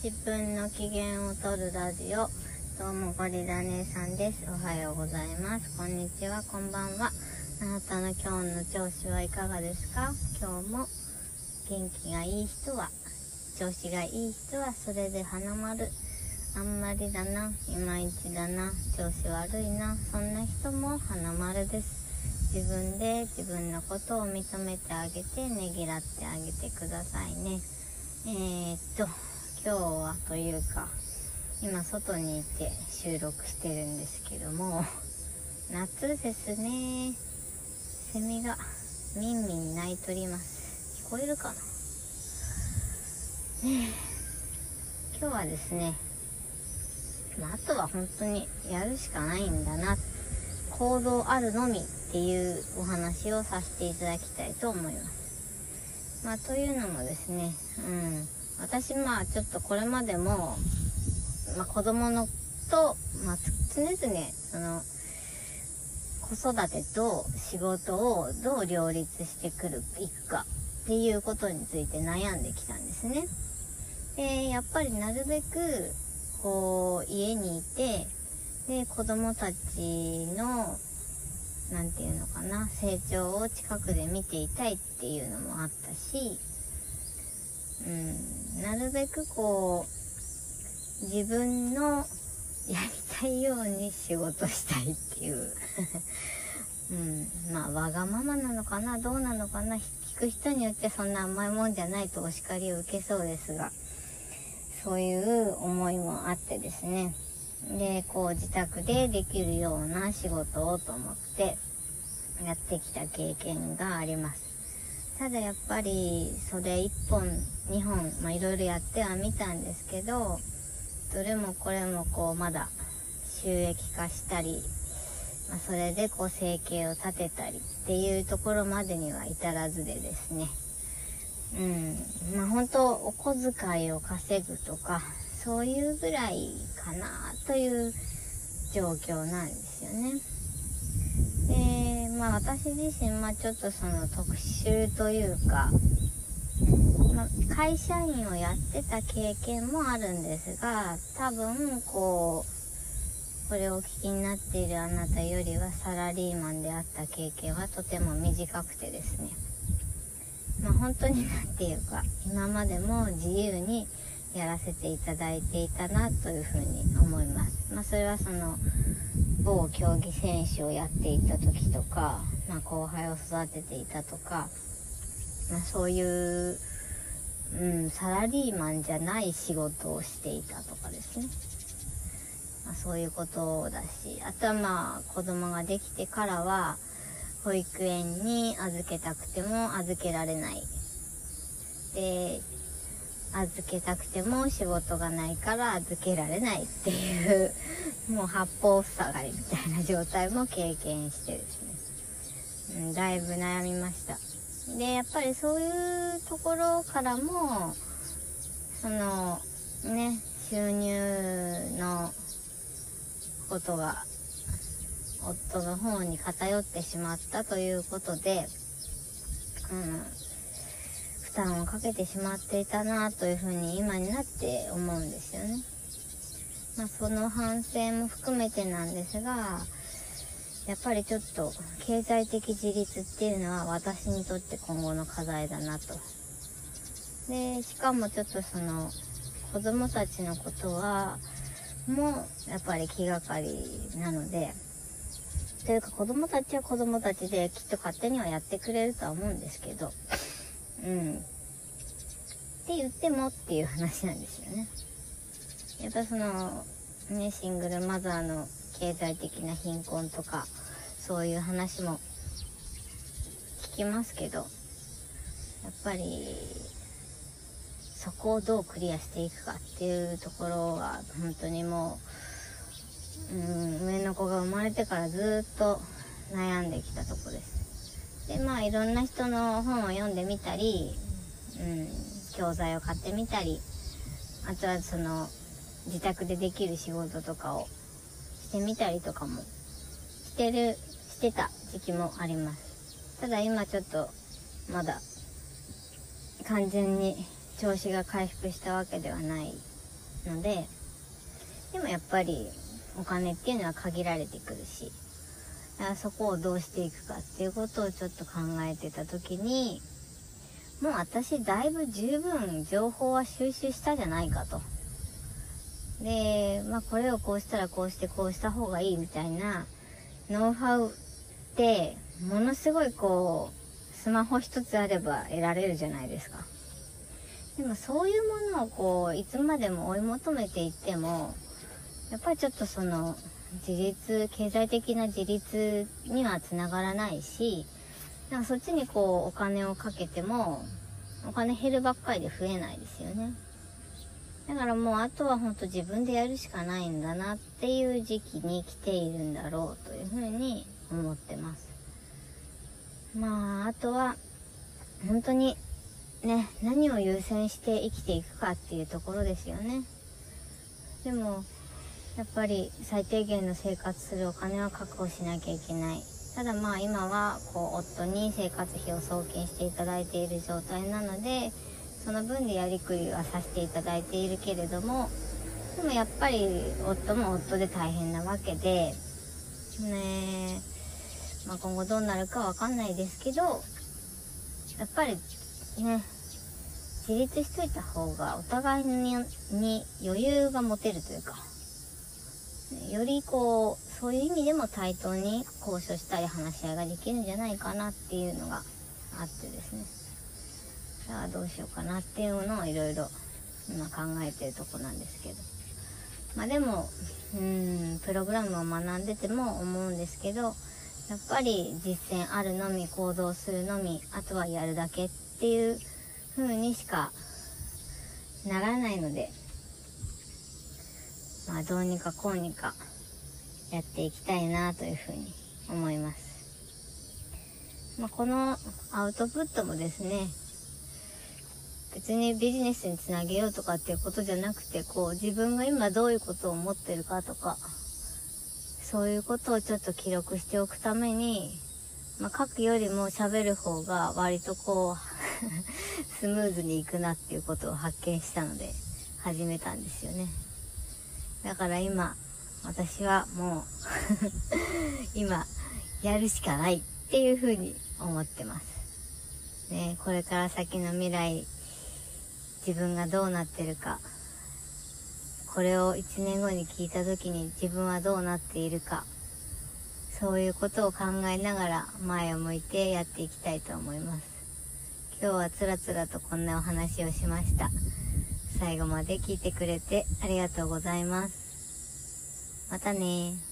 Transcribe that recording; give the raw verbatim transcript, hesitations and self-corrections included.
じゅっぷんの機嫌を取るラジオ。どうもゴリラ姉さんです。おはようございます。こんにちは、こんばんは。あなたの今日の調子はいかがですか？今日も元気がいい人は、調子がいい人はそれで花丸。あんまりだな、いまいちだな、調子悪いな、そんな人も花丸です。自分で自分のことを認めてあげて、ねぎらってあげてくださいね。えー、っと今日はというか今外にいて収録してるんですけども、夏ですね。セミがみんみん鳴いとります。聞こえるかなね。え今日はですね、まあ、あとは本当にやるしかないんだな、行動あるのみっていうお話をさせていただきたいと思います。まあというのもですね、うん私まあちょっとこれまでも、まあ、子供のと、まあ、常々その子育てと仕事をどう両立してくるいくかっていうことについて悩んできたんですね。でやっぱりなるべくこう家にいて、で子供たちのなんていうのかな、成長を近くで見ていたいっていうのもあったし、うん、なるべくこう自分のやりたいように仕事したいっていう、うん、まあわがままなのかな、どうなのかな、聞く人によってそんな甘いもんじゃないとお叱りを受けそうですが、そういう思いもあってですね、でこう自宅でできるような仕事をと思ってやってきた経験があります。ただやっぱりそれいっぽんにほん、まあいろいろやってはみたんですけど、どれもこれもこうまだ収益化したり、まあ、それでこう生計を立てたりっていうところまでには至らずでですね、うんまあ本当お小遣いを稼ぐとかそういうぐらいかなという状況なんですよね。でまあ私自身、まあちょっとその特殊というか、まあ、会社員をやってた経験もあるんですが、多分こうこれをお聞きになっているあなたよりはサラリーマンであった経験はとても短くてですね、まあ本当になんていうか今までも自由にやらせていただいていたなというふうに思います。まあそれはその某競技選手をやっていた時とか、まあ、後輩を育てていたとか、まあ、そういう、うん、サラリーマンじゃない仕事をしていたとかですね、まあ、そういうことだし、あとはまあ子供ができてからは保育園に預けたくても預けられないで、預けたくても仕事がないから預けられないっていうもう八方塞がりみたいな状態も経験してですね、うん、だいぶ悩みました。でやっぱりそういうところからもそのね収入のことが夫の方に偏ってしまったということで、うん負担をかけてしまっていたなというふうに今になって思うんですよね。まあその反省も含めてなんですが、やっぱりちょっと経済的自立っていうのは私にとって今後の課題だなと。でしかもちょっとその子供たちのことはもうやっぱり気がかりなので、というか子供たちは子供たちできっと勝手にはやってくれるとは思うんですけど、うんって言ってもっていう話なんですよね。やっぱそのねシングルマザーの経済的な貧困とかそういう話も聞きますけど、やっぱりそこをどうクリアしていくかっていうところは本当にもう、うん、上の子が生まれてからずっと悩んできたとこです。でまあいろんな人の本を読んでみたり、うん、教材を買ってみたり、あとはその自宅でできる仕事とかをしてみたりとかもしてるしてた時期もあります。ただ今ちょっとまだ完全に調子が回復したわけではないので、でもやっぱりお金っていうのは限られてくるし、だからそこをどうしていくかっていうことをちょっと考えてた時に、もう私だいぶ十分情報は収集したじゃないかと。で、まあこれをこうしたらこうしてこうした方がいいみたいなノウハウってものすごいこうスマホ一つあれば得られるじゃないですか。でもそういうものをこういつまでも追い求めていっても、やっぱりちょっとその自立、経済的な自立にはつながらないし、なんかそっちにこうお金をかけてもお金減るばっかりで増えないですよね。だからもうあとは本当自分でやるしかないんだなっていう時期に来ているんだろうというふうに思ってます。まああとは本当にね、何を優先して生きていくかっていうところですよね。でもやっぱり最低限の生活するお金は確保しなきゃいけない。ただまあ今はこう夫に生活費を送金していただいている状態なので、その分でやりくりはさせていただいているけれども、でもやっぱり夫も夫で大変なわけでね、まあ、今後どうなるかわかんないですけど、やっぱりね、自立しといた方がお互いに、に余裕が持てるというか、よりこうそういう意味でも対等に交渉したり話し合いができるんじゃないかなっていうのがあってですね、さあどうしようかなっていうのをいろいろ今考えてるとこなんですけど、まあでもうーんプログラムを学んでても思うんですけど、やっぱり実践あるのみ、行動するのみ、あとはやるだけっていう風にしかならないので、まあどうにかこうにかやっていきたいなというふうに思います。まあ、このアウトプットもですね、別にビジネスにつなげようとかっていうことじゃなくて、こう自分が今どういうことを思ってるかとか、そういうことをちょっと記録しておくために、まあ、書くよりも喋る方が割とこうスムーズにいくなっていうことを発見したので始めたんですよね。だから今私はもう今やるしかないっていうふうに思ってますね。これから先の未来、自分がどうなってるか、これをいちねんごに聞いた時に自分はどうなっているか、そういうことを考えながら前を向いてやっていきたいと思います。今日はつらつらとこんなお話をしました。最後まで聞いてくれてありがとうございます。またね。